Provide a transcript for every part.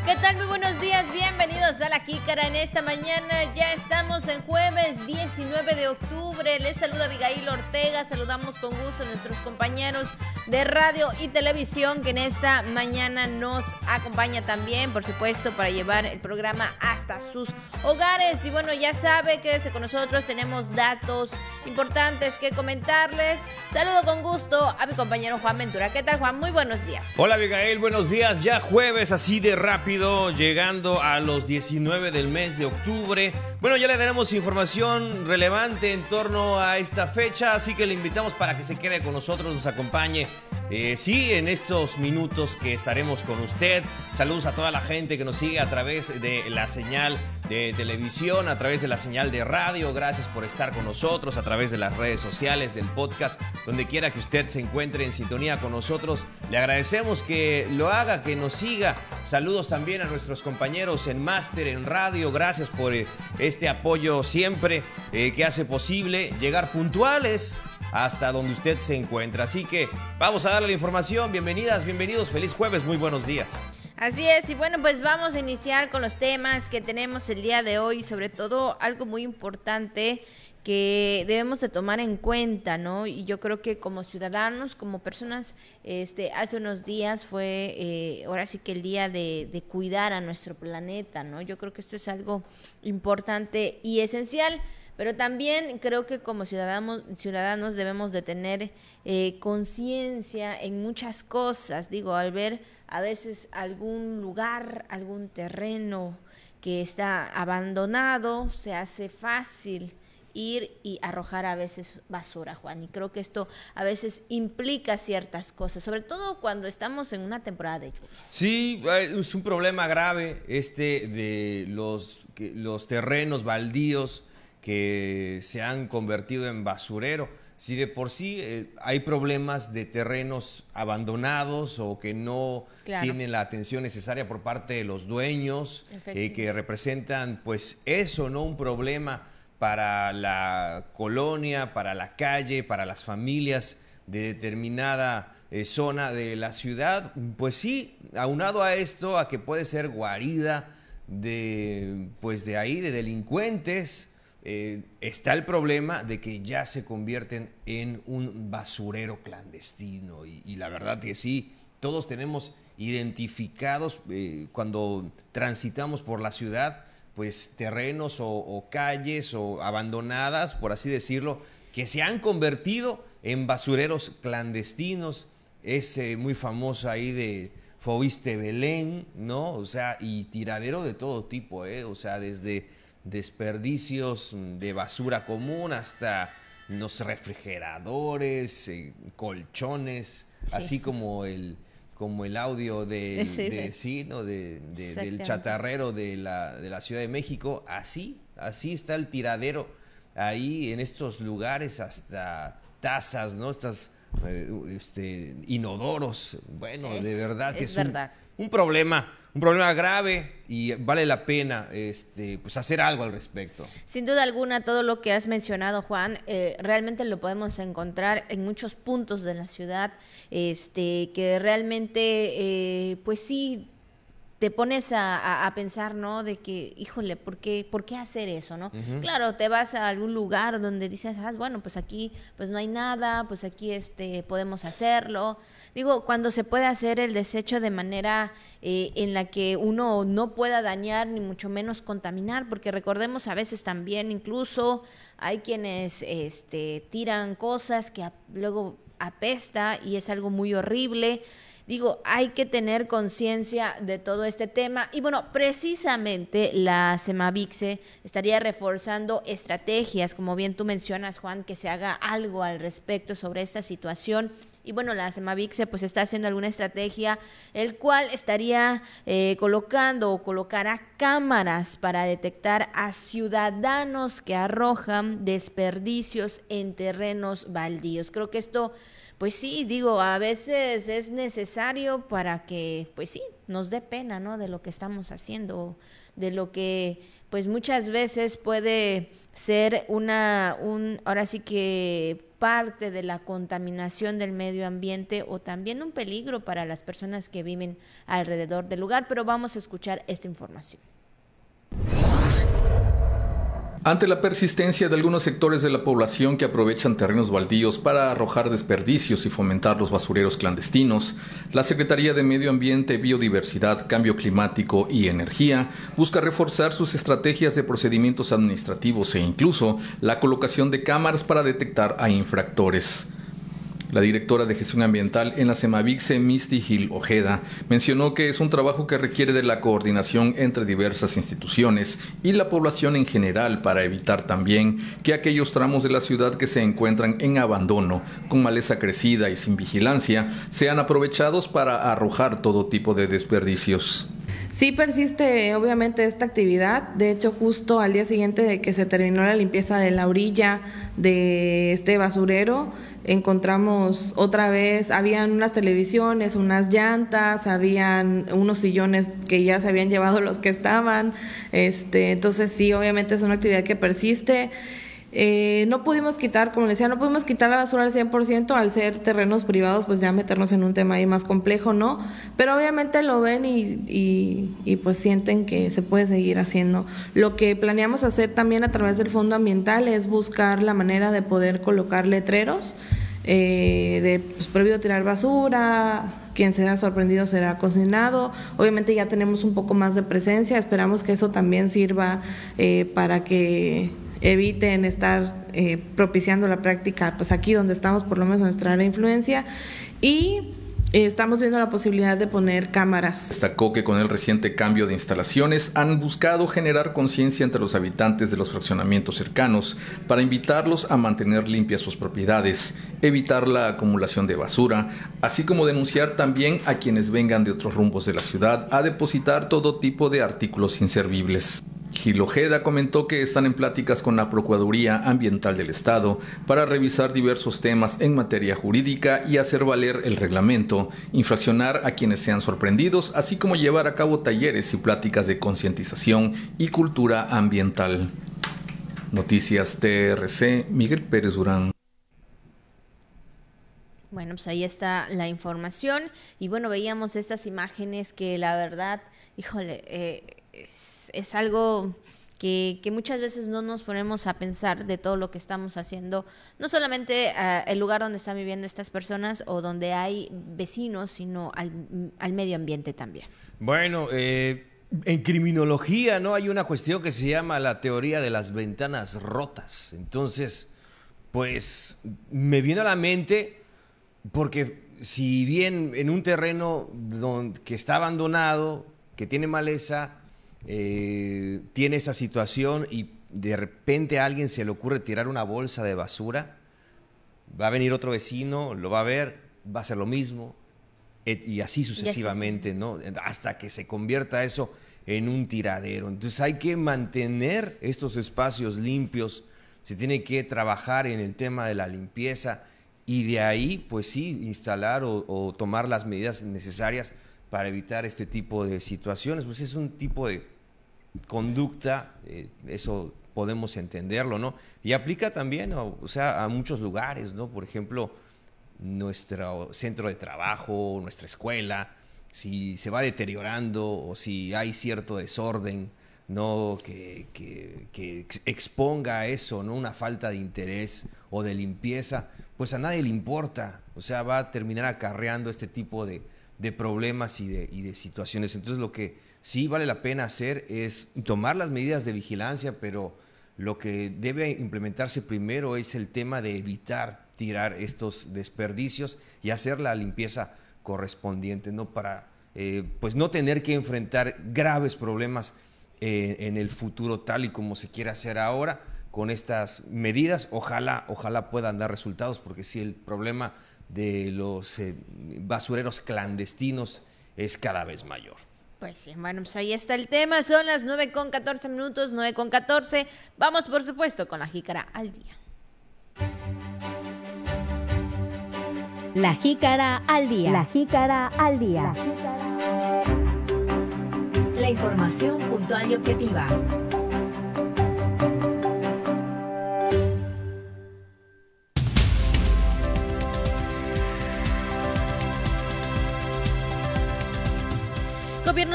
¿Qué tal? Muy buenos días, bienvenidos a La Jícara. En esta mañana ya estamos en jueves 19 de octubre. Les saluda Abigail Ortega, saludamos con gusto a nuestros compañeros de radio y televisión que en esta mañana nos acompaña también, por supuesto, para llevar el programa hasta sus hogares. Y bueno, ya sabe, quédese con nosotros, tenemos datos importantes que comentarles. Saludo con gusto a mi compañero Juan Ventura. ¿Qué tal, Juan? Muy buenos días. Hola, Abigail, buenos días. Ya jueves, así de rápido, llegando a los 19 del mes de octubre. Bueno, ya le daremos información relevante en torno a esta fecha, así que le invitamos para que se quede con nosotros, nos acompañe. Sí, en estos minutos que estaremos con usted. Saludos a toda la gente que nos sigue a través de la señal de televisión, a través de la señal de radio. Gracias por estar con nosotros, a través de las redes sociales, del podcast, donde quiera que usted se encuentre en sintonía con nosotros. Le agradecemos que lo haga, que nos siga. Saludos también a nuestros compañeros en máster, en radio. Gracias por este apoyo siempre que hace posible llegar puntuales hasta donde usted se encuentra. Así que vamos a darle la información. Bienvenidas, bienvenidos. Feliz jueves, muy buenos días. Así es, y bueno, pues vamos a iniciar con los temas que tenemos el día de hoy, sobre todo algo muy importante que debemos de tomar en cuenta, ¿no? Y yo creo que como ciudadanos, como personas, hace unos días fue, ahora sí que el día de cuidar a nuestro planeta, ¿no? Yo creo que esto es algo importante y esencial. Pero también creo que como ciudadanos debemos de tener conciencia en muchas cosas. Digo, al ver a veces algún lugar, algún terreno que está abandonado, se hace fácil ir y arrojar a veces basura, Juan. Y creo que esto a veces implica ciertas cosas, sobre todo cuando estamos en una temporada de lluvias. Sí, es un problema grave de los terrenos baldíos que se han convertido en basurero. Si de por sí hay problemas de terrenos abandonados o que no tienen la atención necesaria por parte de los dueños, que representan pues eso, ¿no? Un problema para la colonia, para la calle, para las familias de determinada zona de la ciudad. Pues sí, aunado a esto, a que puede ser guarida de delincuentes, está el problema de que ya se convierten en un basurero clandestino y la verdad que sí, todos tenemos identificados cuando transitamos por la ciudad, pues terrenos o calles o abandonadas, por así decirlo, que se han convertido en basureros clandestinos. Es muy famoso ahí de Fobiste Belén, ¿no? O sea, y tiradero de todo tipo, o sea, desde desperdicios de basura común hasta los refrigeradores, colchones, sí, así como el audio del chatarrero de la Ciudad de México. Así está el tiradero ahí en estos lugares, hasta tazas, ¿no? Estas inodoros. Bueno, de verdad que es un problema grave y vale la pena pues hacer algo al respecto. Sin duda alguna, todo lo que has mencionado, Juan, realmente lo podemos encontrar en muchos puntos de la ciudad, que realmente, pues sí, te pones a pensar, ¿no? De que, híjole, ¿por qué hacer eso, no? Uh-huh. Claro, te vas a algún lugar donde dices, bueno, pues aquí pues no hay nada, pues aquí podemos hacerlo. Digo, cuando se puede hacer el desecho de manera en la que uno no pueda dañar ni mucho menos contaminar, porque recordemos a veces también incluso hay quienes tiran cosas que luego apesta y es algo muy horrible. Digo, hay que tener conciencia de todo este tema y bueno, precisamente la Semavixe estaría reforzando estrategias, como bien tú mencionas, Juan, que se haga algo al respecto sobre esta situación. Y bueno, la Semavixe pues está haciendo alguna estrategia, el cual estaría colocará cámaras para detectar a ciudadanos que arrojan desperdicios en terrenos baldíos. Creo que esto, pues sí, digo, a veces es necesario para que, pues sí, nos dé pena, ¿no? De lo que estamos haciendo, de lo que, pues muchas veces puede ser ahora sí que parte de la contaminación del medio ambiente o también un peligro para las personas que viven alrededor del lugar, pero vamos a escuchar esta información. Ante la persistencia de algunos sectores de la población que aprovechan terrenos baldíos para arrojar desperdicios y fomentar los basureros clandestinos, la Secretaría de Medio Ambiente, Biodiversidad, Cambio Climático y Energía busca reforzar sus estrategias de procedimientos administrativos e incluso la colocación de cámaras para detectar a infractores. La directora de Gestión Ambiental en la Semavixe, Misty Gil Ojeda, mencionó que es un trabajo que requiere de la coordinación entre diversas instituciones y la población en general para evitar también que aquellos tramos de la ciudad que se encuentran en abandono, con maleza crecida y sin vigilancia, sean aprovechados para arrojar todo tipo de desperdicios. Sí persiste obviamente esta actividad, de hecho justo al día siguiente de que se terminó la limpieza de la orilla de este basurero, encontramos otra vez, habían unas televisiones, unas llantas, habían unos sillones que ya se habían llevado los que estaban, entonces sí, obviamente es una actividad que persiste. No pudimos quitar, como les decía, no pudimos quitar la basura al 100%, al ser terrenos privados, pues ya meternos en un tema ahí más complejo, ¿no? Pero obviamente lo ven y pues sienten que se puede seguir haciendo. Lo que planeamos hacer también a través del Fondo Ambiental es buscar la manera de poder colocar letreros de pues, prohibido tirar basura, quien sea sorprendido será cocinado. Obviamente ya tenemos un poco más de presencia, esperamos que eso también sirva para que eviten estar propiciando la práctica, pues aquí donde estamos, por lo menos en nuestra área de influencia, y estamos viendo la posibilidad de poner cámaras. Destacó que con el reciente cambio de instalaciones han buscado generar conciencia entre los habitantes de los fraccionamientos cercanos para invitarlos a mantener limpias sus propiedades, evitar la acumulación de basura, así como denunciar también a quienes vengan de otros rumbos de la ciudad a depositar todo tipo de artículos inservibles. Gil Ojeda comentó que están en pláticas con la Procuraduría Ambiental del Estado para revisar diversos temas en materia jurídica y hacer valer el reglamento, infraccionar a quienes sean sorprendidos, así como llevar a cabo talleres y pláticas de concientización y cultura ambiental. Noticias TRC, Miguel Pérez Durán. Bueno, pues ahí está la información y bueno, veíamos estas imágenes que la verdad, híjole, es algo que muchas veces no nos ponemos a pensar de todo lo que estamos haciendo, no solamente el lugar donde están viviendo estas personas o donde hay vecinos, sino al medio ambiente también. Bueno, en criminología, ¿no? Hay una cuestión que se llama la teoría de las ventanas rotas. Entonces, pues me viene a la mente, porque si bien en un terreno que está abandonado, que tiene maleza, tiene esa situación y de repente a alguien se le ocurre tirar una bolsa de basura, va a venir otro vecino, lo va a ver, va a hacer lo mismo y así sucesivamente, ¿no? Hasta que se convierta eso en un tiradero. Entonces hay que mantener estos espacios limpios, se tiene que trabajar en el tema de la limpieza y de ahí, pues sí, instalar o tomar las medidas necesarias para evitar este tipo de situaciones. Pues es un tipo de conducta, eso podemos entenderlo, ¿no? Y aplica también, o sea, a muchos lugares, ¿no? Por ejemplo, nuestro centro de trabajo, nuestra escuela, si se va deteriorando o si hay cierto desorden, ¿no? Que exponga a eso, ¿no? Una falta de interés o de limpieza, pues a nadie le importa, o sea, va a terminar acarreando este tipo de problemas y de situaciones. Entonces lo que sí vale la pena hacer es tomar las medidas de vigilancia, pero lo que debe implementarse primero es el tema de evitar tirar estos desperdicios y hacer la limpieza correspondiente, ¿no? Para pues no tener que enfrentar graves problemas en el futuro tal y como se quiere hacer ahora con estas medidas. Ojalá puedan dar resultados, porque si el problema de los basureros clandestinos es cada vez mayor. Pues sí, bueno, pues ahí está el tema, son las 9:14 minutos, 9:14, vamos por supuesto con la jícara al día. La jícara al día. La jícara al día. La información puntual y objetiva.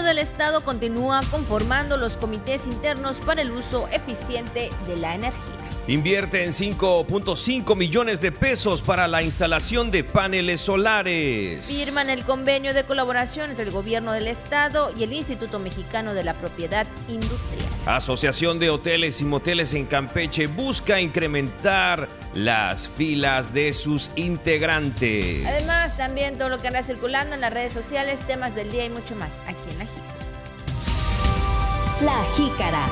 del Estado continúa conformando los comités internos para el uso eficiente de la energía. Invierte en 5.5 millones de pesos para la instalación de paneles solares. Firman el convenio de colaboración entre el Gobierno del Estado y el Instituto Mexicano de la Propiedad Industrial. Asociación de Hoteles y Moteles en Campeche busca incrementar las filas de sus integrantes. Además, también todo lo que anda circulando en las redes sociales, temas del día y mucho más aquí en La Jícara. La Jícara.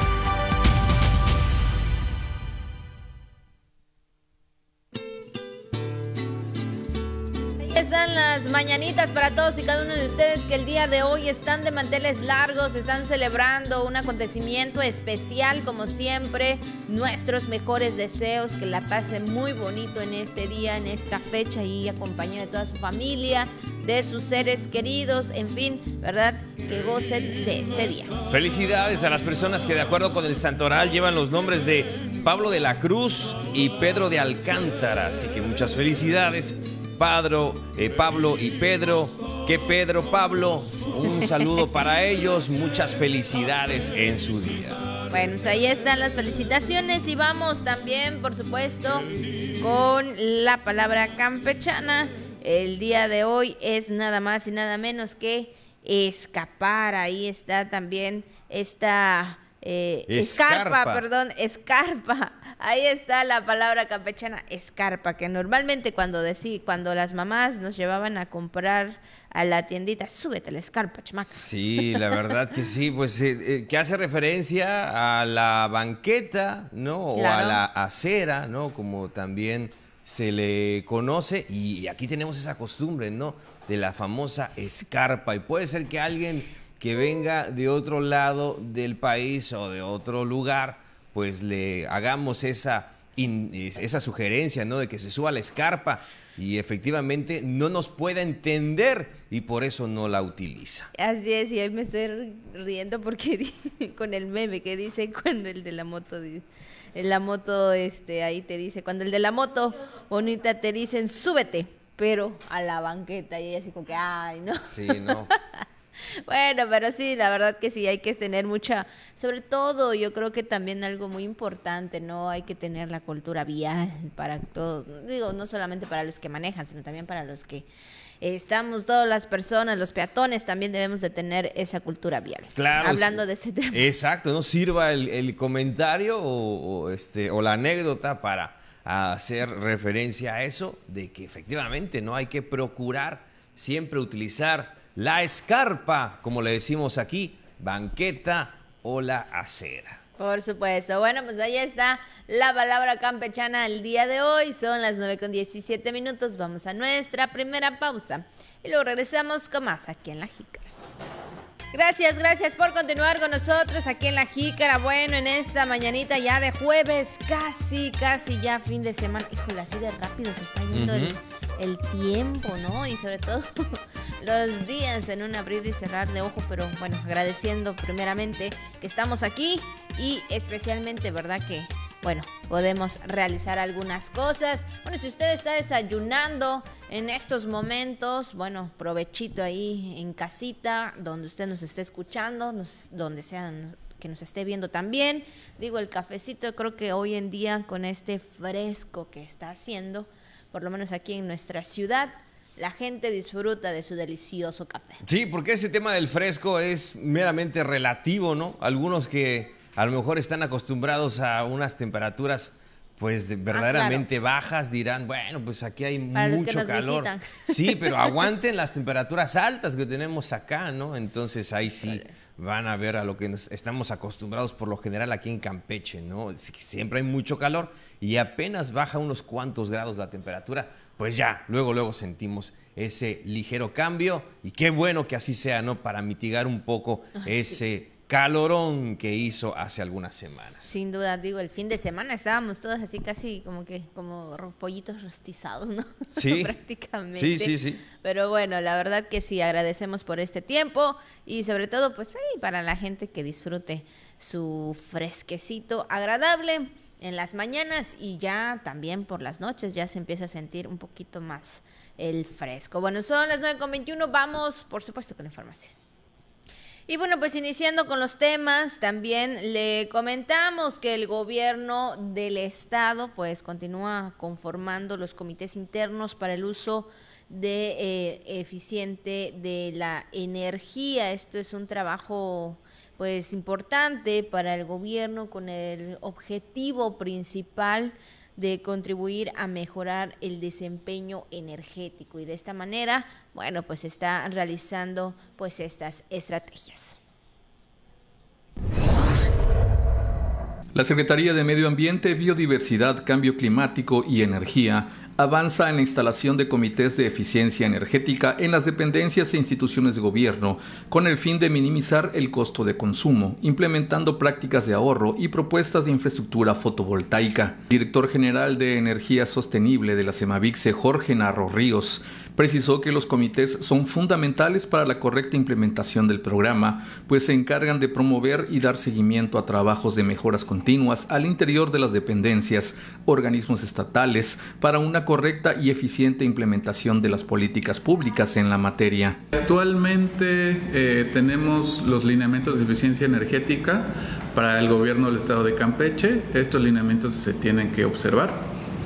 Están las mañanitas para todos y cada uno de ustedes que el día de hoy están de manteles largos, están celebrando un acontecimiento especial como siempre. Nuestros mejores deseos, que la pasen muy bonito en este día, en esta fecha y acompañado de toda su familia, de sus seres queridos, en fin, ¿verdad? Que gocen de este día. Felicidades a las personas que de acuerdo con el santoral llevan los nombres de Pablo de la Cruz y Pedro de Alcántara, así que muchas felicidades. Pablo y Pedro, Pablo, un saludo para ellos, muchas felicidades en su día. Bueno, pues ahí están las felicitaciones y vamos también, por supuesto, con la palabra campechana. El día de hoy es nada más y nada menos que escapar. Ahí está también esta escarpa. Ahí está la palabra campechana, escarpa, que normalmente cuando las mamás nos llevaban a comprar a la tiendita, súbete la escarpa, chamaca. Sí, la verdad que sí, pues que hace referencia a la banqueta, ¿no? Claro. O a la acera, ¿no? Como también se le conoce, y aquí tenemos esa costumbre, ¿no? De la famosa escarpa, y puede ser que alguien que venga de otro lado del país o de otro lugar, pues le hagamos esa sugerencia, ¿no? De que se suba la escarpa y efectivamente no nos pueda entender y por eso no la utiliza. Así es, y hoy me estoy riendo porque con el meme que dice cuando el de la moto dice, ahí te dice, cuando el de la moto bonita te dicen súbete, pero a la banqueta, y ella así como que ay, no. Sí, no. Bueno, pero sí, la verdad que sí, hay que tener mucha, sobre todo yo creo que también algo muy importante, ¿no? Hay que tener la cultura vial para todos, digo, no solamente para los que manejan, sino también para los que estamos, todas las personas, los peatones, también debemos de tener esa cultura vial. Claro. Hablando de ese tema. Exacto, ¿no? Sirva el comentario o la anécdota para hacer referencia a eso, de que efectivamente no hay que procurar siempre utilizar la escarpa, como le decimos aquí, banqueta o la acera. Por supuesto. Bueno, pues ahí está la palabra campechana el día de hoy. Son las 9:17. Vamos a nuestra primera pausa y luego regresamos con más aquí en La Jícara. Gracias por continuar con nosotros aquí en La Jícara. Bueno, en esta mañanita ya de jueves, casi ya fin de semana. Híjole, así de rápido se está yendo el tiempo, ¿no? Y sobre todo los días en un abrir y cerrar de ojo, pero bueno, agradeciendo primeramente que estamos aquí y especialmente, ¿verdad? Que, bueno, podemos realizar algunas cosas. Bueno, si usted está desayunando en estos momentos, bueno, provechito ahí en casita, donde usted nos esté escuchando, donde sea que nos esté viendo también. Digo, el cafecito, creo que hoy en día con este fresco que está haciendo, por lo menos aquí en nuestra ciudad, la gente disfruta de su delicioso café. Sí, porque ese tema del fresco es meramente relativo, ¿no? Algunos que a lo mejor están acostumbrados a unas temperaturas pues verdaderamente bajas dirán, bueno, pues aquí hay para mucho los que nos calor. visitan. Sí, pero aguanten las temperaturas altas que tenemos acá, ¿no? Entonces ahí sí van a ver a lo que nos estamos acostumbrados por lo general aquí en Campeche, ¿no? Siempre hay mucho calor y apenas baja unos cuantos grados la temperatura, pues ya, luego sentimos ese ligero cambio y qué bueno que así sea, ¿no? Para mitigar un poco ese calorón que hizo hace algunas semanas. Sin duda, digo, el fin de semana estábamos todos así casi como pollitos rostizados, ¿no? Sí. Prácticamente. Sí. Pero bueno, la verdad que sí, agradecemos por este tiempo y sobre todo, pues, para la gente que disfrute su fresquecito agradable en las mañanas y ya también por las noches ya se empieza a sentir un poquito más el fresco. Bueno, son las 9:21, vamos, por supuesto, con la información. Y bueno, pues iniciando con los temas, también le comentamos que el gobierno del estado pues continúa conformando los comités internos para el uso eficiente de la energía. Esto es un trabajo pues importante para el gobierno con el objetivo principal de contribuir a mejorar el desempeño energético, y de esta manera, bueno, pues está realizando pues estas estrategias. La Secretaría de Medio Ambiente, Biodiversidad, Cambio Climático y Energía avanza en la instalación de comités de eficiencia energética en las dependencias e instituciones de gobierno con el fin de minimizar el costo de consumo, implementando prácticas de ahorro y propuestas de infraestructura fotovoltaica. El director general de Energía Sostenible de la Semavixe, Jorge Narro Ríos, precisó que los comités son fundamentales para la correcta implementación del programa, pues se encargan de promover y dar seguimiento a trabajos de mejoras continuas al interior de las dependencias, organismos estatales, para una correcta y eficiente implementación de las políticas públicas en la materia. Actualmente tenemos los lineamientos de eficiencia energética para el gobierno del estado de Campeche. Estos lineamientos se tienen que observar.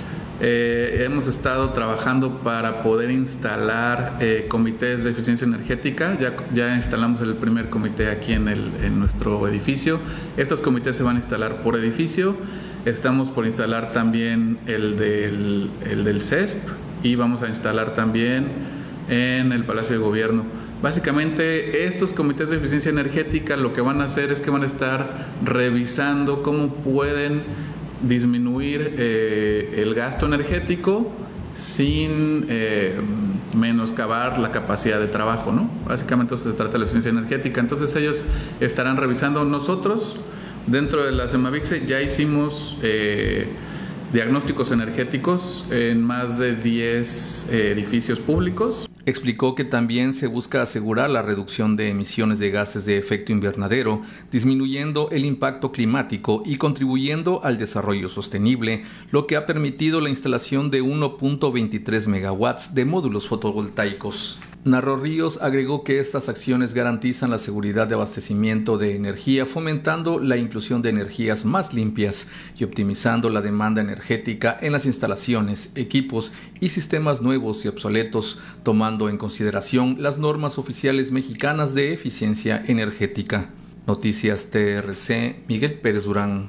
Hemos estado trabajando para poder instalar comités de eficiencia energética. Ya instalamos el primer comité aquí en nuestro edificio. Estos comités se van a instalar por edificio. Estamos por instalar también el del CESP y vamos a instalar también en el Palacio de Gobierno. Básicamente, estos comités de eficiencia energética lo que van a hacer es que van a estar revisando cómo pueden disminuir el gasto energético sin menoscabar la capacidad de trabajo, ¿no? Básicamente eso se trata de la eficiencia energética. Entonces ellos estarán revisando. Nosotros dentro de la Semavixe ya hicimos diagnósticos energéticos en más de 10 edificios públicos. Explicó que también se busca asegurar la reducción de emisiones de gases de efecto invernadero, disminuyendo el impacto climático y contribuyendo al desarrollo sostenible, lo que ha permitido la instalación de 1.23 megawatts de módulos fotovoltaicos. Narro Ríos agregó que estas acciones garantizan la seguridad de abastecimiento de energía, fomentando la inclusión de energías más limpias y optimizando la demanda energética en las instalaciones, equipos y sistemas nuevos y obsoletos, tomando en consideración las normas oficiales mexicanas de eficiencia energética. Noticias TRC, Miguel Pérez Durán.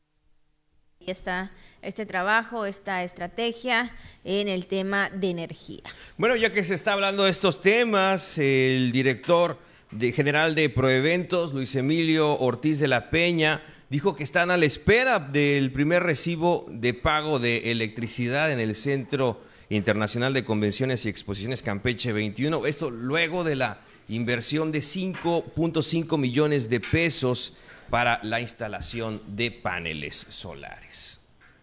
Está este trabajo, esta estrategia en el tema de energía. Bueno, ya que se está hablando de estos temas, el director general de Proeventos, Luis Emilio Ortiz de la Peña, dijo que están a la espera del primer recibo de pago de electricidad en el Centro Internacional de Convenciones y Exposiciones Campeche 21. Esto luego de la inversión de 5.5 millones de pesos para la instalación de paneles solares.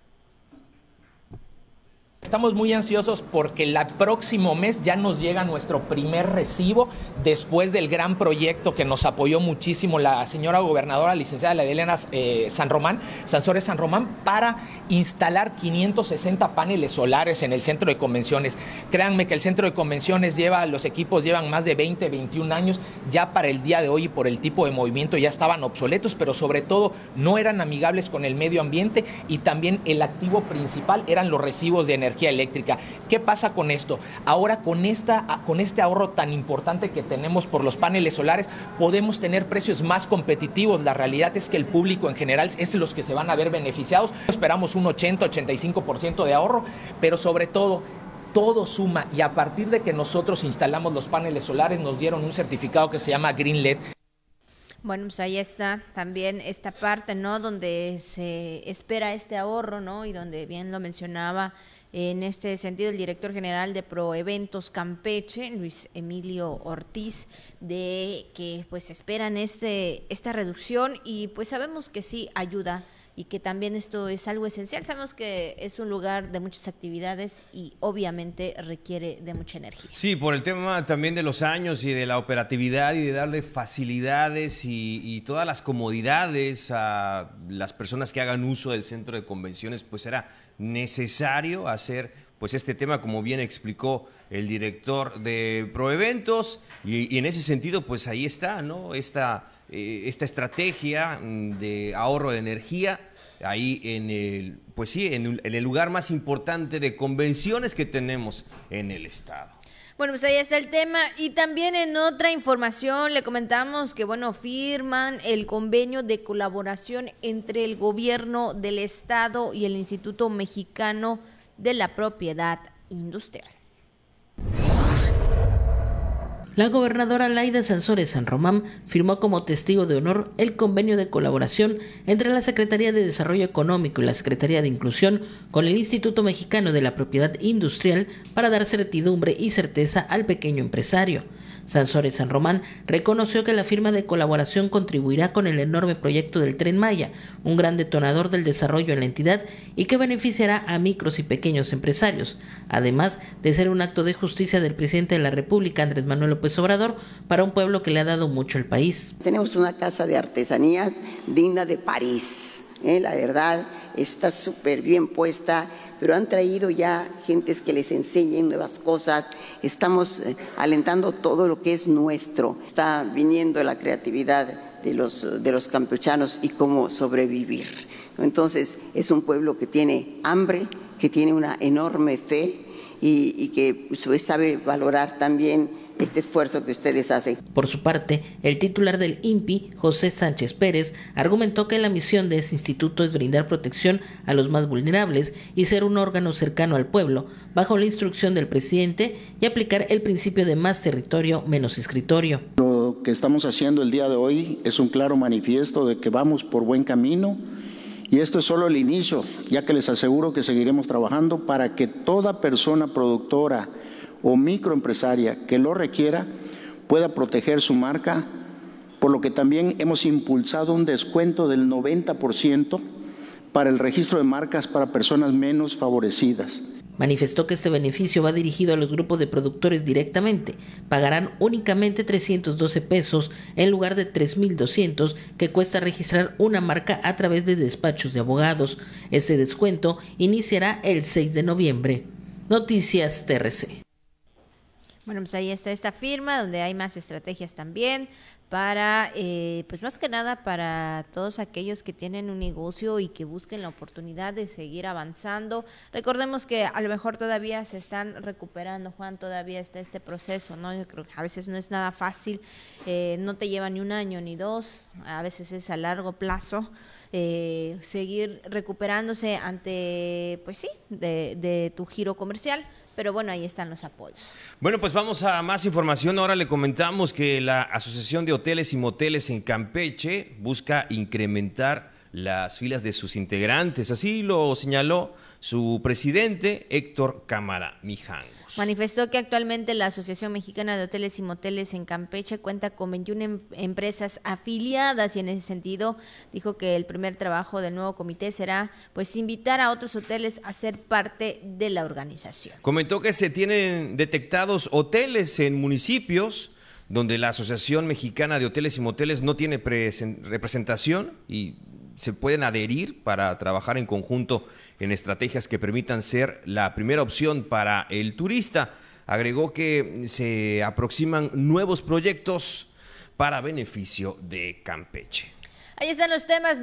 Estamos muy ansiosos porque el próximo mes ya nos llega nuestro primer recibo después del gran proyecto que nos apoyó muchísimo la señora gobernadora, licenciada Elena Sansores San Román, para instalar 560 paneles solares en el centro de convenciones. Créanme que el centro de convenciones los equipos llevan más de 20, 21 años, ya para el día de hoy y por el tipo de movimiento ya estaban obsoletos, pero sobre todo no eran amigables con el medio ambiente, y también el activo principal eran los recibos de energía eléctrica. ¿Qué pasa con esto? Ahora con este ahorro tan importante que tenemos por los paneles solares, podemos tener precios más competitivos. La realidad es que el público en general es los que se van a ver beneficiados. Esperamos un 80-85% de ahorro, pero sobre todo suma, y a partir de que nosotros instalamos los paneles solares nos dieron un certificado que se llama Green LED. Bueno, pues ahí está también esta parte, ¿no? Donde se espera este ahorro, ¿no? Y donde bien lo mencionaba en este sentido el director general de Proeventos Campeche, Luis Emilio Ortiz, de que pues esperan esta reducción, y pues sabemos que sí ayuda y que también esto es algo esencial. Sabemos que es un lugar de muchas actividades y obviamente requiere de mucha energía. Sí, por el tema también de los años y de la operatividad y de darle facilidades y todas las comodidades a las personas que hagan uso del centro de convenciones, pues era necesario hacer pues este tema, como bien explicó el director de Proeventos, y en ese sentido, pues ahí está, ¿no? Esta estrategia de ahorro de energía, ahí en el lugar más importante de convenciones que tenemos en el estado. Bueno, pues ahí está el tema. Y también en otra información le comentamos que, bueno, firman el convenio de colaboración entre el gobierno del estado y el Instituto Mexicano de la Propiedad Industrial. La gobernadora Laida Sansores San Román firmó como testigo de honor el convenio de colaboración entre la Secretaría de Desarrollo Económico y la Secretaría de Inclusión con el Instituto Mexicano de la Propiedad Industrial para dar certidumbre y certeza al pequeño empresario. Sansores San Román reconoció que la firma de colaboración contribuirá con el enorme proyecto del Tren Maya, un gran detonador del desarrollo en la entidad y que beneficiará a micros y pequeños empresarios, además de ser un acto de justicia del presidente de la República, Andrés Manuel López Obrador, para un pueblo que le ha dado mucho al país. Tenemos una casa de artesanías digna de París, la verdad está súper bien puesta, pero han traído ya gentes que les enseñen nuevas cosas. Estamos alentando todo lo que es nuestro. Está viniendo la creatividad de los campechanos y cómo sobrevivir. Entonces es un pueblo que tiene hambre, que tiene una enorme fe y que sabe valorar también este esfuerzo que ustedes hacen. Por su parte, el titular del INPI, José Sánchez Pérez, argumentó que la misión de ese instituto es brindar protección a los más vulnerables y ser un órgano cercano al pueblo, bajo la instrucción del presidente, y aplicar el principio de más territorio, menos escritorio. Lo que estamos haciendo el día de hoy es un claro manifiesto de que vamos por buen camino, y esto es solo el inicio, ya que les aseguro que seguiremos trabajando para que toda persona productora o microempresaria que lo requiera pueda proteger su marca, por lo que también hemos impulsado un descuento del 90% para el registro de marcas para personas menos favorecidas. Manifestó que este beneficio va dirigido a los grupos de productores directamente. Pagarán únicamente 312 pesos en lugar de 3,200 que cuesta registrar una marca a través de despachos de abogados. Este descuento iniciará el 6 de noviembre. Noticias TRC. Bueno, pues ahí está esta firma donde hay más estrategias también para, pues más que nada para todos aquellos que tienen un negocio y que busquen la oportunidad de seguir avanzando. Recordemos que a lo mejor todavía se están recuperando, Juan, todavía está este proceso, ¿no? Yo creo que a veces no es nada fácil, no te lleva ni un año ni dos, a veces es a largo plazo. Seguir recuperándose ante, pues sí, de tu giro comercial. Pero bueno, ahí están los apoyos. Bueno, pues vamos a más información. Ahora le comentamos que la Asociación de Hoteles y Moteles en Campeche busca incrementar las filas de sus integrantes. Así lo señaló su presidente, Héctor Cámara Mijangos. Manifestó que actualmente la Asociación Mexicana de Hoteles y Moteles en Campeche cuenta con 21 empresas afiliadas y en ese sentido dijo que el primer trabajo del nuevo comité será pues invitar a otros hoteles a ser parte de la organización. Comentó que se tienen detectados hoteles en municipios donde la Asociación Mexicana de Hoteles y Moteles no tiene representación y se pueden adherir para trabajar en conjunto en estrategias que permitan ser la primera opción para el turista. Agregó que se aproximan nuevos proyectos para beneficio de Campeche. Ahí están los temas,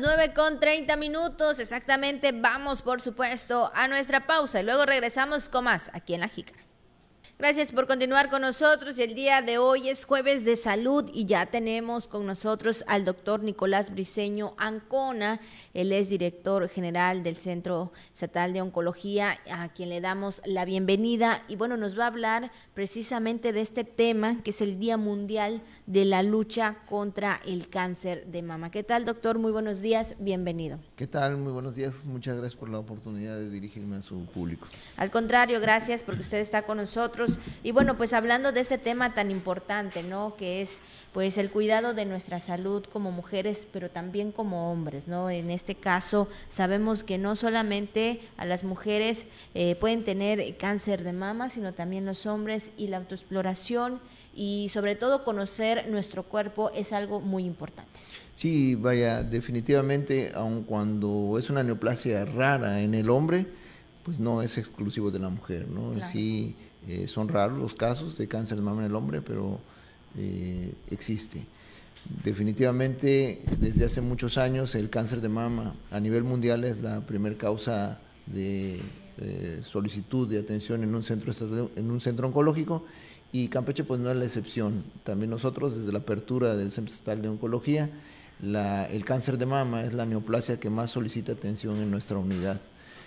9:30, exactamente. Vamos, por supuesto, a nuestra pausa y luego regresamos con más aquí en La Jícara. Gracias por continuar con nosotros y el día de hoy es jueves de salud y ya tenemos con nosotros al doctor Nicolás Briceño Ancona. Él es director general del Centro Estatal de Oncología, a quien le damos la bienvenida y bueno, nos va a hablar precisamente de este tema que es el Día Mundial de la Lucha contra el Cáncer de Mama. ¿Qué tal, doctor? Muy buenos días, bienvenido. ¿Qué tal? Muy buenos días, muchas gracias por la oportunidad de dirigirme a su público. Al contrario, gracias porque usted está con nosotros. Y bueno, pues hablando de este tema tan importante, ¿no? Que es pues el cuidado de nuestra salud como mujeres, pero también como hombres, ¿no? En este caso sabemos que no solamente a las mujeres pueden tener cáncer de mama, sino también los hombres, y la autoexploración y sobre todo conocer nuestro cuerpo es algo muy importante. Sí, vaya, definitivamente, aun cuando es una neoplasia rara en el hombre, pues no es exclusivo de la mujer, ¿no? Claro. Sí, son raros los casos de cáncer de mama en el hombre, pero existe. Definitivamente, desde hace muchos años, el cáncer de mama a nivel mundial es la primera causa de solicitud de atención en un centro oncológico, y Campeche pues no es la excepción. También nosotros, desde la apertura del Centro Estatal de Oncología, el cáncer de mama es la neoplasia que más solicita atención en nuestra unidad.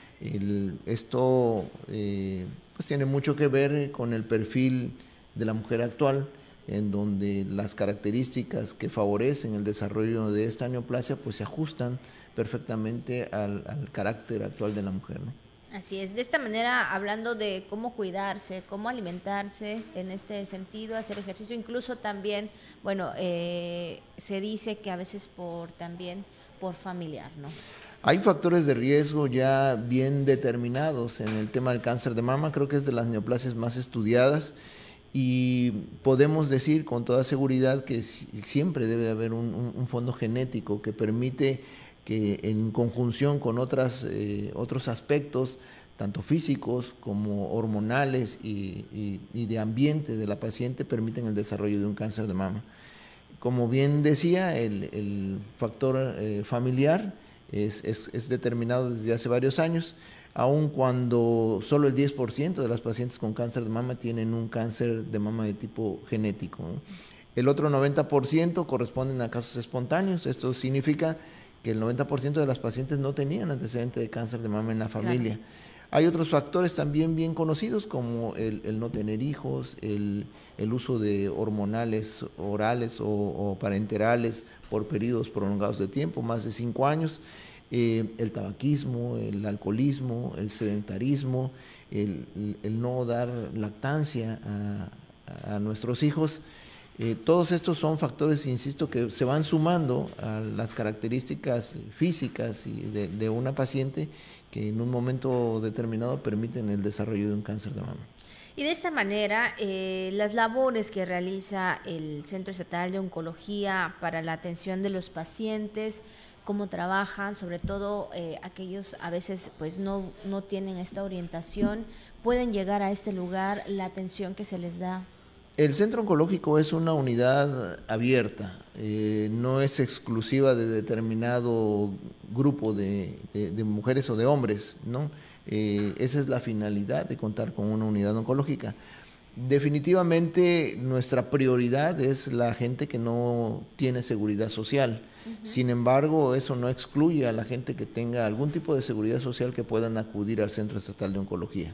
Esto pues tiene mucho que ver con el perfil de la mujer actual, en donde las características que favorecen el desarrollo de esta neoplasia pues se ajustan perfectamente al carácter actual de la mujer, ¿no? Así es. De esta manera, hablando de cómo cuidarse, cómo alimentarse en este sentido, hacer ejercicio, incluso también, bueno, se dice que a veces también por familiar, ¿no? Hay factores de riesgo ya bien determinados en el tema del cáncer de mama. Creo que es de las neoplasias más estudiadas, y podemos decir con toda seguridad que siempre debe haber un fondo genético que permite que, en conjunción con otros aspectos, tanto físicos como hormonales y de ambiente de la paciente, permiten el desarrollo de un cáncer de mama. Como bien decía, el factor familiar es determinado desde hace varios años, aun cuando solo el 10% de las pacientes con cáncer de mama tienen un cáncer de mama de tipo genético, ¿no? El otro 90% corresponden a casos espontáneos. Esto significa que el 90% de las pacientes no tenían antecedente de cáncer de mama en la familia. Claro. Hay otros factores también bien conocidos, como el no tener hijos, el uso de hormonales orales o parenterales por periodos prolongados de tiempo, más de 5 años, el tabaquismo, el alcoholismo, el sedentarismo, el no dar lactancia a nuestros hijos. Todos estos son factores, insisto, que se van sumando a las características físicas de una paciente, que en un momento determinado permiten el desarrollo de un cáncer de mama. Y de esta manera, las labores que realiza el Centro Estatal de Oncología para la atención de los pacientes, cómo trabajan, sobre todo aquellos a veces pues no tienen esta orientación, pueden llegar a este lugar, la atención que se les da. El centro oncológico es una unidad abierta, no es exclusiva de determinado grupo de mujeres o de hombres, ¿no? Esa es la finalidad de contar con una unidad oncológica. Definitivamente nuestra prioridad es la gente que no tiene seguridad social. Sin embargo, eso no excluye a la gente que tenga algún tipo de seguridad social que puedan acudir al Centro Estatal de Oncología.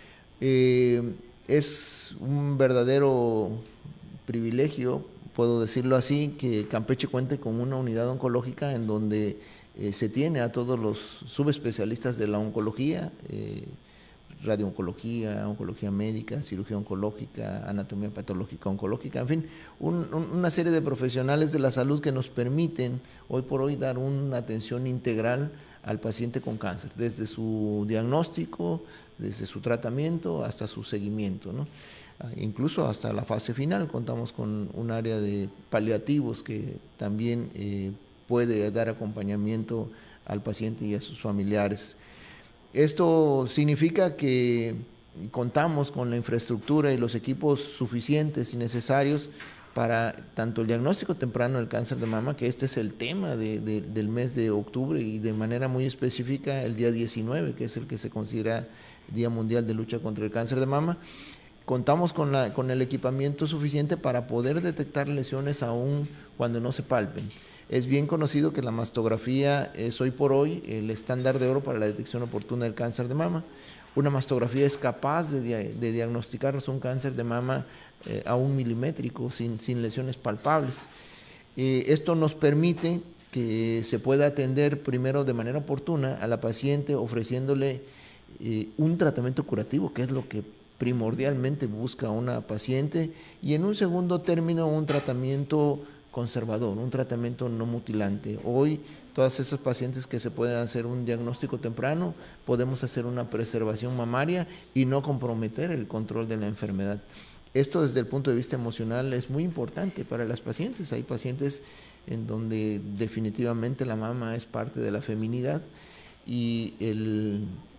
Es un verdadero privilegio, puedo decirlo así, que Campeche cuente con una unidad oncológica en donde se tiene a todos los subespecialistas de la oncología, radiooncología, oncología médica, cirugía oncológica, anatomía patológica oncológica, en fin, una serie de profesionales de la salud que nos permiten hoy por hoy dar una atención integral al paciente con cáncer, desde su diagnóstico, desde su tratamiento hasta su seguimiento, ¿no? Incluso hasta la fase final. Contamos con un área de paliativos que también puede dar acompañamiento al paciente y a sus familiares. Esto significa que contamos con la infraestructura y los equipos suficientes y necesarios para tanto el diagnóstico temprano del cáncer de mama, que este es el tema del mes de octubre, y de manera muy específica el día 19, que es el que se considera Día Mundial de Lucha contra el Cáncer de Mama. Contamos con el equipamiento suficiente para poder detectar lesiones aún cuando no se palpen. Es bien conocido que la mastografía es hoy por hoy el estándar de oro para la detección oportuna del cáncer de mama. Una mastografía es capaz de diagnosticarnos un cáncer de mama a 1 milimétrico, sin lesiones palpables. Esto nos permite que se pueda atender primero de manera oportuna a la paciente, ofreciéndole un tratamiento curativo, que es lo que primordialmente busca una paciente, y en un segundo término un tratamiento conservador, un tratamiento no mutilante. Hoy todas esas pacientes que se pueden hacer un diagnóstico temprano, podemos hacer una preservación mamaria y no comprometer el control de la enfermedad. Esto desde el punto de vista emocional es muy importante para las pacientes. Hay pacientes en donde definitivamente la mama es parte de la feminidad, y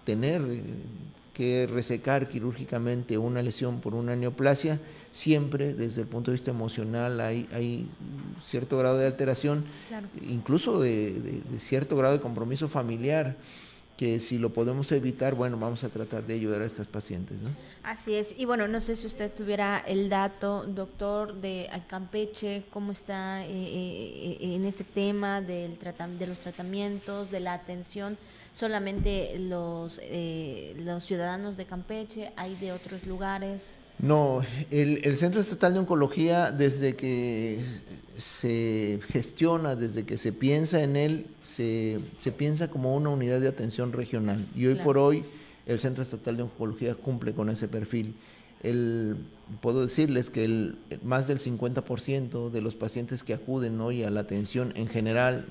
tener que resecar quirúrgicamente una lesión por una neoplasia, siempre desde el punto de vista emocional hay cierto grado de alteración, claro, incluso de cierto grado de compromiso familiar, que si lo podemos evitar, bueno, vamos a tratar de ayudar a estas pacientes, ¿no? Así es. Y bueno, no sé si usted tuviera el dato, doctor, de Campeche, cómo está en este tema de los tratamientos, de la atención. ¿Solamente los ciudadanos de Campeche? ¿Hay de otros lugares? No, el Centro Estatal de Oncología, desde que se gestiona, desde que se piensa en él, se piensa como una unidad de atención regional. Y hoy por hoy el Centro Estatal de Oncología cumple con ese perfil. Puedo decirles que más del 50% de los pacientes que acuden hoy a la atención en general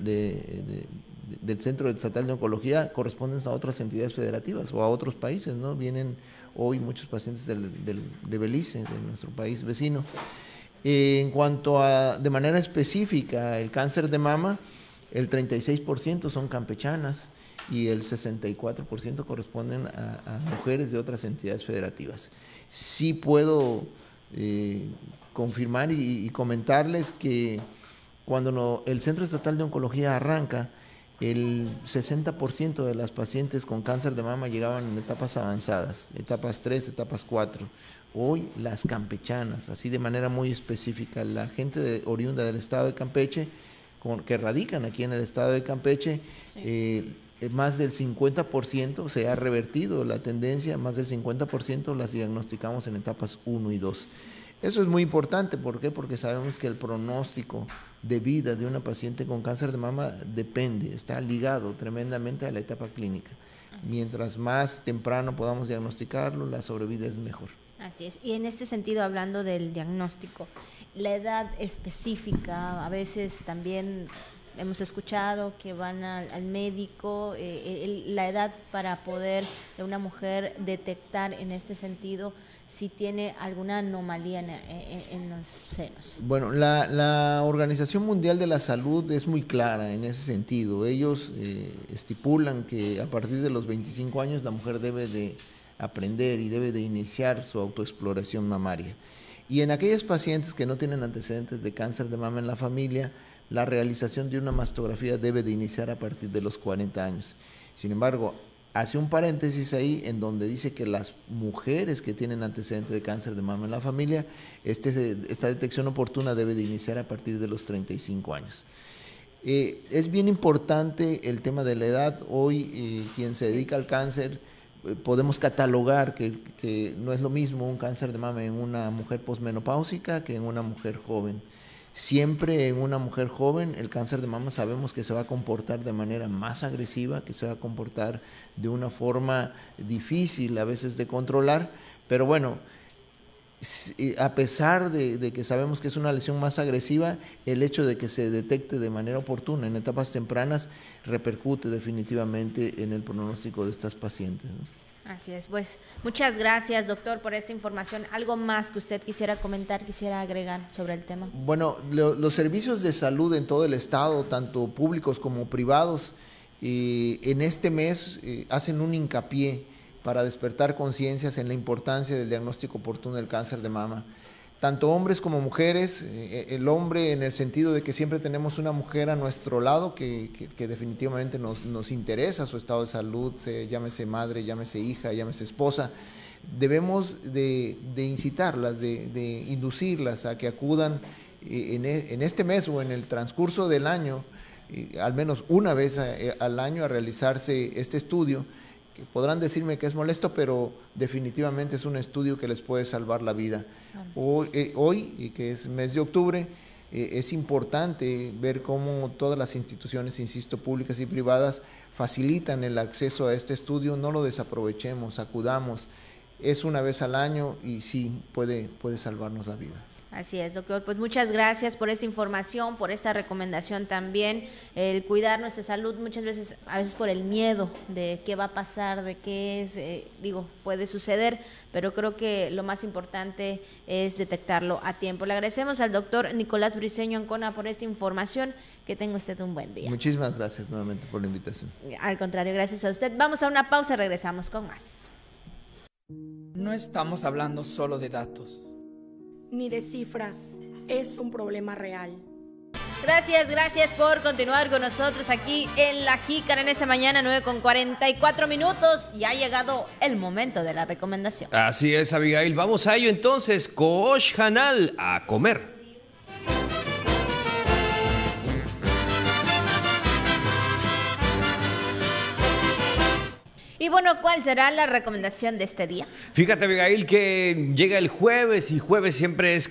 del Centro Estatal de Oncología corresponden a otras entidades federativas o a otros países, ¿no? Vienen hoy muchos pacientes de Belice, de nuestro país vecino. En cuanto a, de manera específica, el cáncer de mama, el 36% son campechanas y el 64% corresponden a mujeres de otras entidades federativas. Sí puedo confirmar y comentarles que cuando el Centro Estatal de Oncología arranca, el 60% de las pacientes con cáncer de mama llegaban en etapas avanzadas, etapas 3, etapas 4. Hoy las campechanas, así de manera muy específica, la gente oriunda del estado de Campeche, que radican aquí en el estado de Campeche, sí, más del 50% se ha revertido la tendencia, más del 50% las diagnosticamos en etapas 1 y 2. Eso es muy importante, ¿por qué? Porque sabemos que el pronóstico de vida de una paciente con cáncer de mama está ligado tremendamente a la etapa clínica. Mientras más temprano podamos diagnosticarlo, la sobrevida es mejor. Así es. Y en este sentido, hablando del diagnóstico, la edad específica, a veces también hemos escuchado que van al médico, la edad para poder de una mujer detectar en este sentido si tiene alguna anomalía en los senos. Bueno, la Organización Mundial de la Salud es muy clara en ese sentido. Ellos estipulan que a partir de los 25 años la mujer debe de aprender y debe de iniciar su autoexploración mamaria. Y en aquellas pacientes que no tienen antecedentes de cáncer de mama en la familia, la realización de una mastografía debe de iniciar a partir de los 40 años. Sin embargo, hace un paréntesis ahí en donde dice que las mujeres que tienen antecedentes de cáncer de mama en la familia, esta detección oportuna debe de iniciar a partir de los 35 años. Es bien importante el tema de la edad. Hoy quien se dedica al cáncer, podemos catalogar que no es lo mismo un cáncer de mama en una mujer posmenopáusica que en una mujer joven. Siempre en una mujer joven el cáncer de mama sabemos que se va a comportar de manera más agresiva, que se va a comportar de una forma difícil a veces de controlar, pero bueno, a pesar de que sabemos que es una lesión más agresiva, el hecho de que se detecte de manera oportuna en etapas tempranas repercute definitivamente en el pronóstico de estas pacientes, ¿no? Así es, pues muchas gracias, doctor, por esta información. ¿Algo más que usted quisiera comentar, quisiera agregar sobre el tema? Bueno, los servicios de salud en todo el estado, tanto públicos como privados, en este mes hacen un hincapié para despertar conciencias en la importancia del diagnóstico oportuno del cáncer de mama. Tanto hombres como mujeres, el hombre en el sentido de que siempre tenemos una mujer a nuestro lado que definitivamente nos interesa su estado de salud, llámese madre, llámese hija, llámese esposa. Debemos de incitarlas, de inducirlas a que acudan en este mes o en el transcurso del año, al menos una vez al año, a realizarse este estudio, que podrán decirme que es molesto, pero definitivamente es un estudio que les puede salvar la vida. Hoy, que es mes de octubre, es importante ver cómo todas las instituciones, insisto, públicas y privadas, facilitan el acceso a este estudio. No lo desaprovechemos, acudamos. Es una vez al año y sí, puede salvarnos la vida. Así es, doctor. Pues muchas gracias por esta información, por esta recomendación también. El cuidar nuestra salud muchas veces, a veces por el miedo de qué va a pasar, de qué es, puede suceder, pero creo que lo más importante es detectarlo a tiempo. Le agradecemos al doctor Nicolás Briceño Ancona por esta información. Que tenga usted un buen día. Muchísimas gracias nuevamente por la invitación. Al contrario, gracias a usted. Vamos a una pausa, regresamos con más. No estamos hablando solo de datos, ni de cifras, es un problema real. Gracias por continuar con nosotros aquí en La Jícara en esta mañana, 9:44. Ya ha llegado el momento de la recomendación. Así es, Abigail. Vamos a ello entonces. Koosh Hanal, a comer. Y bueno, ¿cuál será la recomendación de este día? Fíjate, Abigail, que llega el jueves y jueves siempre es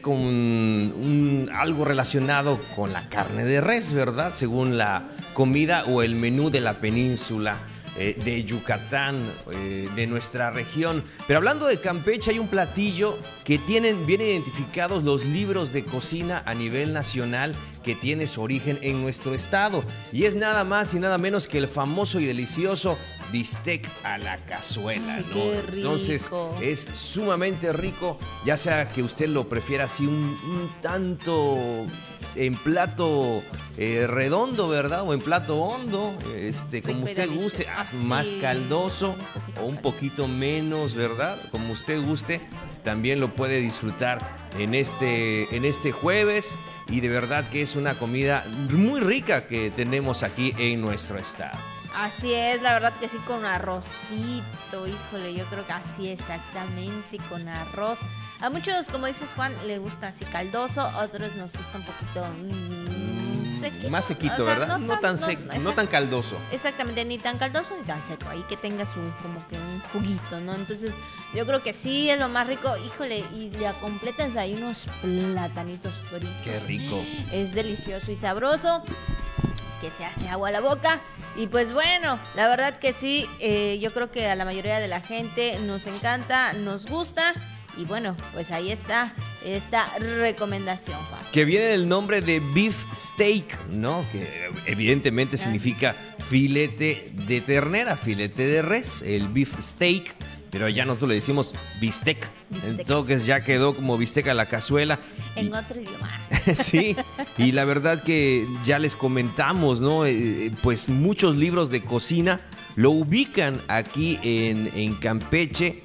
con algo relacionado con la carne de res, ¿verdad? Según la comida o el menú de la península de Yucatán, de nuestra región. Pero hablando de Campeche, hay un platillo que vienen identificados los libros de cocina a nivel nacional que tiene su origen en nuestro estado. Y es nada más y nada menos que el famoso y delicioso bistec a la cazuela, ¿no? Qué rico. Entonces es sumamente rico, ya sea que usted lo prefiera así un tanto en plato redondo, ¿verdad? O en plato hondo, como usted guste, más caldoso o un poquito menos, ¿verdad? Como usted guste, también lo puede disfrutar en este jueves. Y de verdad que es una comida muy rica que tenemos aquí en nuestro estado. Así es, la verdad que sí, con arrocito, híjole, yo creo que así exactamente, con arroz. A muchos, como dices, Juan, le gusta así caldoso, otros nos gusta un poquito sequito. Más sequito, o sea, ¿verdad? No tan seco, no tan caldoso. Exactamente, ni tan caldoso ni tan seco, ahí que tenga como que un juguito, ¿no? Entonces, yo creo que sí es lo más rico, híjole, y le completas ahí unos platanitos fritos. Qué rico. Es delicioso y sabroso, que se hace agua a la boca. Y pues bueno, la verdad que sí, yo creo que a la mayoría de la gente nos encanta, nos gusta. Y bueno, pues ahí está esta recomendación, Juan. Que viene el nombre de beef steak, ¿no? Que evidentemente significa filete de ternera, filete de res, el beef steak. Pero allá nosotros le decimos bistec. Entonces ya quedó como bistec a la cazuela. En otro idioma. Sí, y la verdad que ya les comentamos, ¿no? Pues muchos libros de cocina lo ubican aquí en Campeche.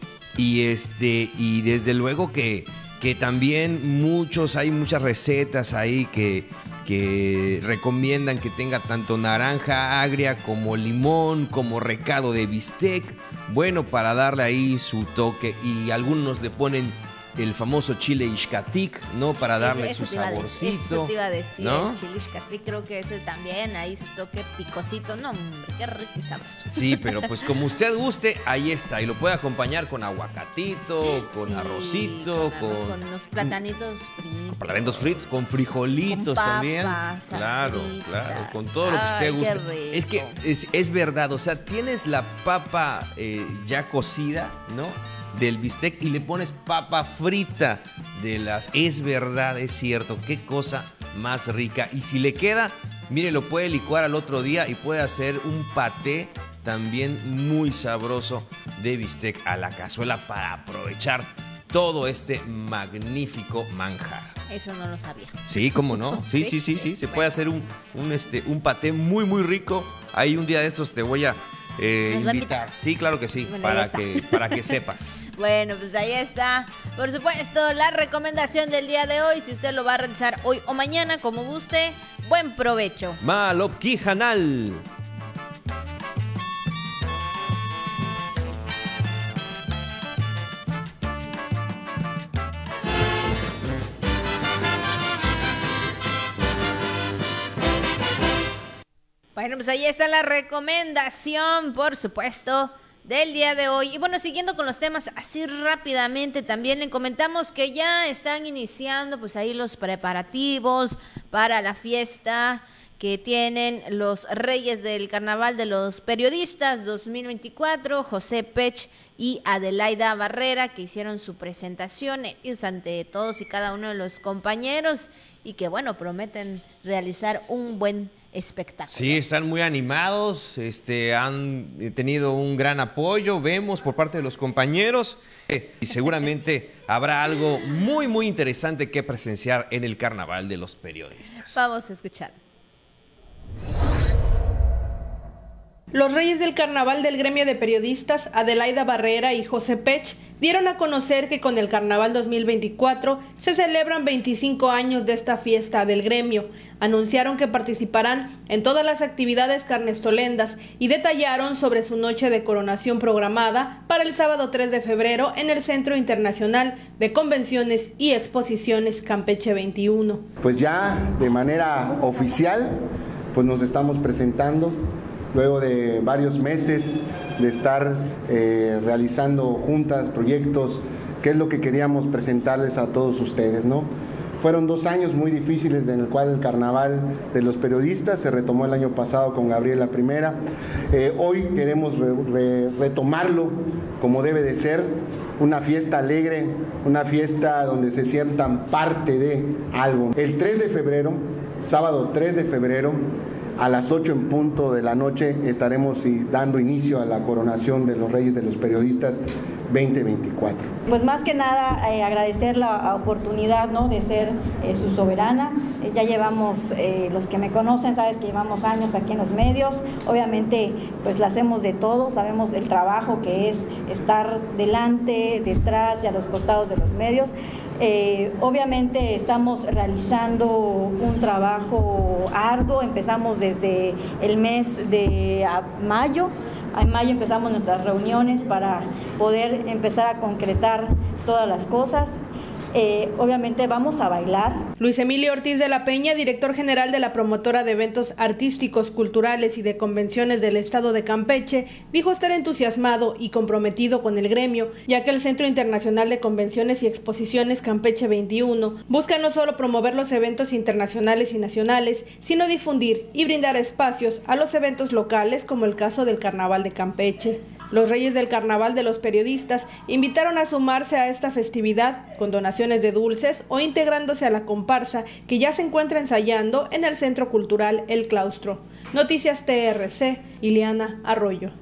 Y desde luego que también hay muchas recetas ahí que recomiendan que tenga tanto naranja agria como limón, como recado de bistec. Bueno, para darle ahí su toque. Y algunos le ponen el famoso chile ixcatic, ¿no? Para darle su saborcito. Eso te iba a decir, ¿no? El chile ixcatic, creo que ese también, ahí su toque picosito. No, hombre, qué rico y sabroso. Sí, pero pues como usted guste, ahí está. Y lo puede acompañar con aguacatito, con arrocito, con unos platanitos fritos. Con platanitos fritos, con frijolitos con papas, también. Claro, con todo lo que usted guste. Es que es verdad, o sea, tienes la papa ya cocida, ¿no? Del bistec y le pones papa frita es verdad, es cierto, qué cosa más rica. Y si le queda, mire, lo puede licuar al otro día y puede hacer un paté también muy sabroso de bistec a la cazuela para aprovechar todo este magnífico manjar. Eso no lo sabía. Sí, ¿cómo no? Sí. Se puede hacer un paté muy, muy rico. Ahí un día de estos te voy a invitar. Sí, claro que sí, bueno, para que sepas. Bueno, pues ahí está. Por supuesto, la recomendación del día de hoy. Si usted lo va a realizar hoy o mañana, como guste, buen provecho. Malopki Hanal. Bueno, pues ahí está la recomendación, por supuesto, del día de hoy. Y bueno, siguiendo con los temas así rápidamente, también le comentamos que ya están iniciando pues ahí los preparativos para la fiesta que tienen los Reyes del Carnaval de los Periodistas 2024, José Pech y Adelaida Barrera, que hicieron su presentación ante todos y cada uno de los compañeros y que bueno, prometen realizar un buen espectáculo. Sí, están muy animados, han tenido un gran apoyo, vemos por parte de los compañeros, y seguramente habrá algo muy, muy interesante que presenciar en el Carnaval de los Periodistas. Vamos a escuchar. Los Reyes del Carnaval del Gremio de Periodistas, Adelaida Barrera y José Pech, dieron a conocer que con el Carnaval 2024 se celebran 25 años de esta fiesta del gremio. Anunciaron que participarán en todas las actividades carnestolendas y detallaron sobre su noche de coronación programada para el sábado 3 de febrero en el Centro Internacional de Convenciones y Exposiciones Campeche 21. Pues ya de manera oficial, pues nos estamos presentando luego de varios meses de estar realizando juntas, proyectos, que es lo que queríamos presentarles a todos ustedes, ¿no? Fueron 2 años muy difíciles en el cual el Carnaval de los Periodistas se retomó el año pasado con Gabriela Primera. Hoy queremos retomarlo como debe de ser, una fiesta alegre, una fiesta donde se sientan parte de algo. El 3 de febrero, sábado 3 de febrero, a las 8 en punto de la noche estaremos dando inicio a la coronación de los Reyes de los Periodistas 2024. Pues más que nada agradecer la oportunidad, ¿no?, de ser su soberana. Ya llevamos, los que me conocen, sabes que llevamos años aquí en los medios. Obviamente pues la hacemos de todo, sabemos del trabajo que es estar delante, detrás y a los costados de los medios. Obviamente estamos realizando un trabajo arduo, empezamos desde el mes de mayo. En mayo empezamos nuestras reuniones para poder empezar a concretar todas las cosas. Obviamente vamos a bailar. Luis Emilio Ortiz de la Peña, director general de la promotora de eventos artísticos, culturales y de convenciones del estado de Campeche, dijo estar entusiasmado y comprometido con el gremio, ya que el Centro Internacional de Convenciones y Exposiciones Campeche 21 busca no solo promover los eventos internacionales y nacionales, sino difundir y brindar espacios a los eventos locales, como el caso del Carnaval de Campeche. Los Reyes del Carnaval de los Periodistas invitaron a sumarse a esta festividad con donaciones de dulces o integrándose a la comparsa que ya se encuentra ensayando en el Centro Cultural El Claustro. Noticias TRC, Ileana Arroyo.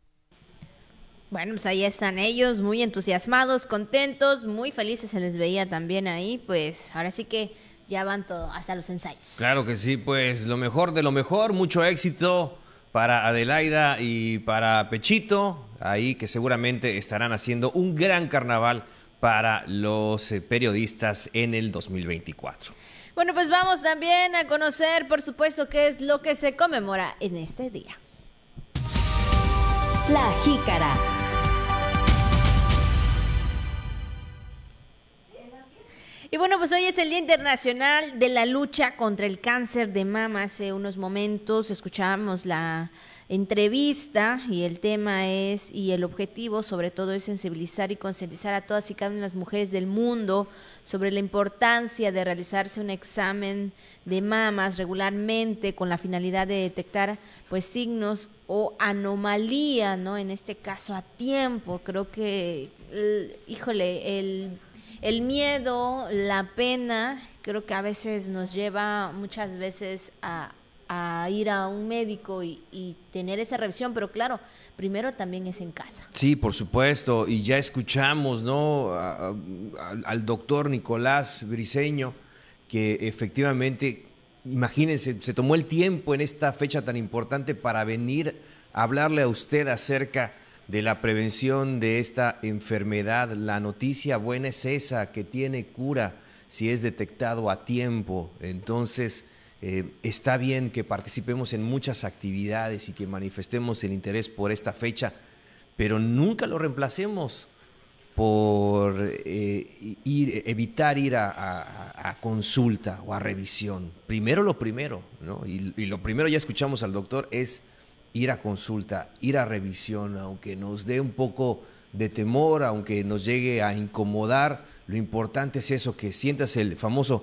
Bueno, pues ahí están ellos, muy entusiasmados, contentos, muy felices se les veía también ahí, pues ahora sí que ya van todo, hasta los ensayos. Claro que sí, pues lo mejor de lo mejor, mucho éxito para Adelaida y para Pechito, ahí que seguramente estarán haciendo un gran carnaval para los periodistas en el 2024. Bueno, pues vamos también a conocer, por supuesto, qué es lo que se conmemora en este día. La Jícara. Y bueno, pues hoy es el Día Internacional de la Lucha contra el Cáncer de Mama. Hace unos momentos escuchábamos la entrevista y el tema es, y el objetivo sobre todo es sensibilizar y concientizar a todas y cada una de las mujeres del mundo sobre la importancia de realizarse un examen de mamas regularmente con la finalidad de detectar pues signos o anomalía, ¿no? En este caso a tiempo. Creo que, el miedo, la pena, creo que a veces nos lleva muchas veces a ir a un médico y tener esa revisión, pero claro, primero también es en casa. Sí, por supuesto, y ya escuchamos, ¿no?, al doctor Nicolás Briceño, que efectivamente, imagínense, se tomó el tiempo en esta fecha tan importante para venir a hablarle a usted acerca de la prevención de esta enfermedad. La noticia buena es esa, que tiene cura si es detectado a tiempo. Entonces, está bien que participemos en muchas actividades y que manifestemos el interés por esta fecha, pero nunca lo reemplacemos por evitar ir a consulta o a revisión. Primero lo primero, ¿no? Y lo primero, ya escuchamos al doctor, es ir a consulta, ir a revisión, aunque nos dé un poco de temor, aunque nos llegue a incomodar, lo importante es eso, que sientas el famoso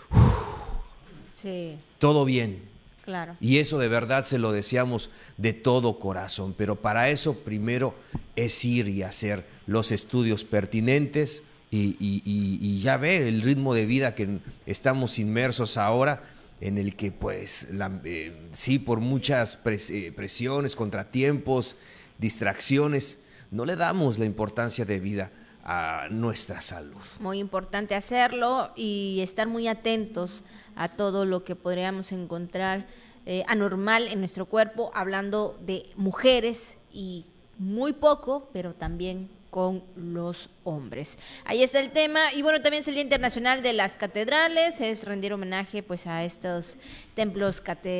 sí. Todo bien. Claro. Y eso de verdad se lo deseamos de todo corazón, pero para eso primero es ir y hacer los estudios pertinentes y ya ve el ritmo de vida que estamos inmersos ahora, en el que pues sí, por muchas presiones, contratiempos, distracciones, no le damos la importancia de vida a nuestra salud. Muy importante hacerlo y estar muy atentos a todo lo que podríamos encontrar anormal en nuestro cuerpo, hablando de mujeres y muy poco, pero también con los hombres. Ahí está el tema. Y bueno, también es el Día Internacional de las Catedrales, es rendir homenaje pues a estos templos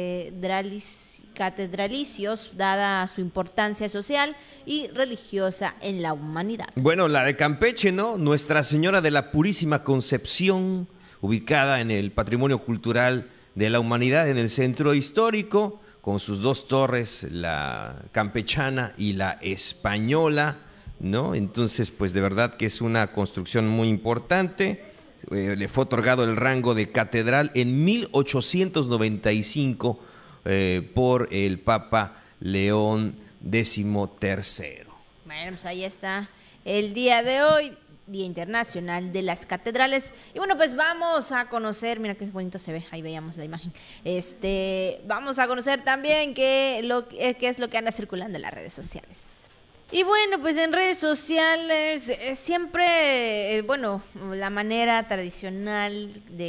catedralicios, dada su importancia social y religiosa en la humanidad. Bueno, la de Campeche, ¿no? Nuestra Señora de la Purísima Concepción, ubicada en el Patrimonio Cultural de la Humanidad, en el centro histórico, con sus dos torres, la campechana y la española, ¿no? Entonces, pues de verdad que es una construcción muy importante. Le fue otorgado el rango de catedral en 1895 por el Papa León XIII. Bueno, pues ahí está el día de hoy, Día Internacional de las Catedrales. Y bueno, pues vamos a conocer, mira qué bonito se ve, ahí veíamos la imagen. Vamos a conocer también qué es lo que anda circulando en las redes sociales. Y bueno, pues en redes sociales siempre, la manera tradicional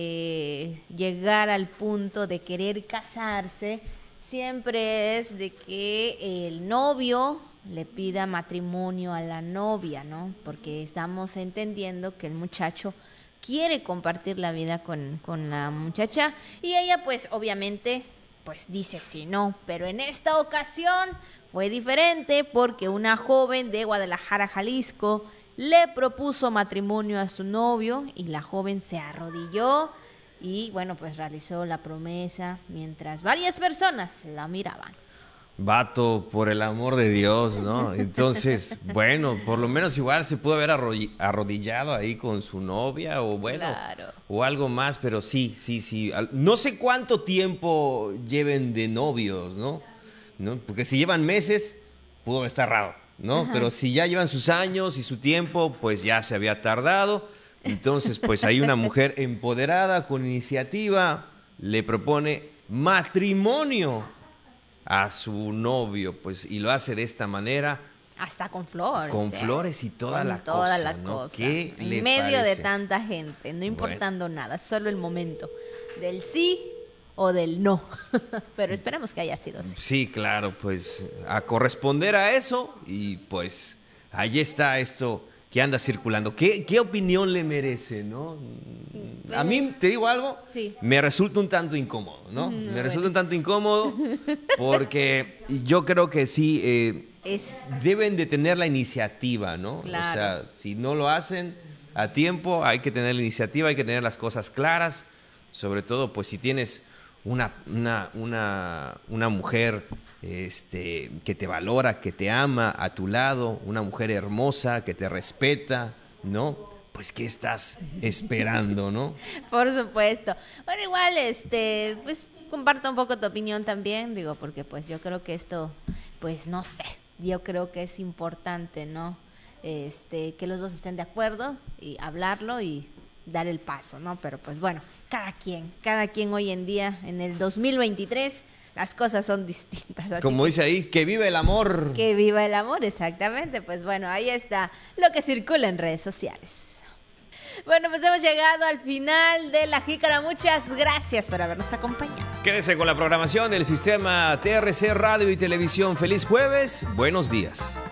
de llegar al punto de querer casarse siempre es de que el novio le pida matrimonio a la novia, ¿no? Porque estamos entendiendo que el muchacho quiere compartir la vida con la muchacha y ella pues obviamente pues dice sí, no, pero en esta ocasión fue diferente porque una joven de Guadalajara, Jalisco, le propuso matrimonio a su novio y la joven se arrodilló y bueno, pues realizó la promesa mientras varias personas la miraban. Vato, por el amor de Dios, ¿no? Entonces, bueno, por lo menos igual se pudo haber arrodillado ahí con su novia o bueno, claro, o algo más, pero sí. No sé cuánto tiempo lleven de novios, ¿no? Porque si llevan meses, pudo estar raro, ¿no? Ajá. Pero si ya llevan sus años y su tiempo, pues ya se había tardado. Entonces, pues hay una mujer empoderada, con iniciativa, le propone matrimonio a su novio, pues, y lo hace de esta manera. Hasta con flores. Con flores y toda la cosa. ¿Qué en le medio parece? De tanta gente, no importando nada, solo el momento del sí o del no. Pero esperamos que haya sido así. Sí, claro, pues a corresponder a eso y pues ahí está esto que anda circulando. ¿Qué opinión le merece, no? A mí, te digo algo, sí, me resulta un tanto incómodo, ¿no? Me resulta un tanto incómodo porque yo creo que sí, deben de tener la iniciativa, ¿no? Claro. O sea, si no lo hacen a tiempo, hay que tener la iniciativa, hay que tener las cosas claras, sobre todo, pues si tienes una mujer que te valora, que te ama a tu lado, una mujer hermosa, que te respeta, ¿no? Pues, ¿qué estás esperando, no? Por supuesto. Bueno, igual, pues, comparto un poco tu opinión también, digo, porque, pues, yo creo que esto, pues, no sé, yo creo que es importante, ¿no? Que los dos estén de acuerdo y hablarlo y dar el paso, ¿no? Pero, pues, bueno, cada quien hoy en día, en el 2023, las cosas son distintas. Como dice ahí, que viva el amor. Que viva el amor, exactamente. Pues bueno, ahí está lo que circula en redes sociales. Bueno, pues hemos llegado al final de La Jícara. Muchas gracias por habernos acompañado. Quédese con la programación del sistema TRC Radio y Televisión. Feliz jueves. Buenos días.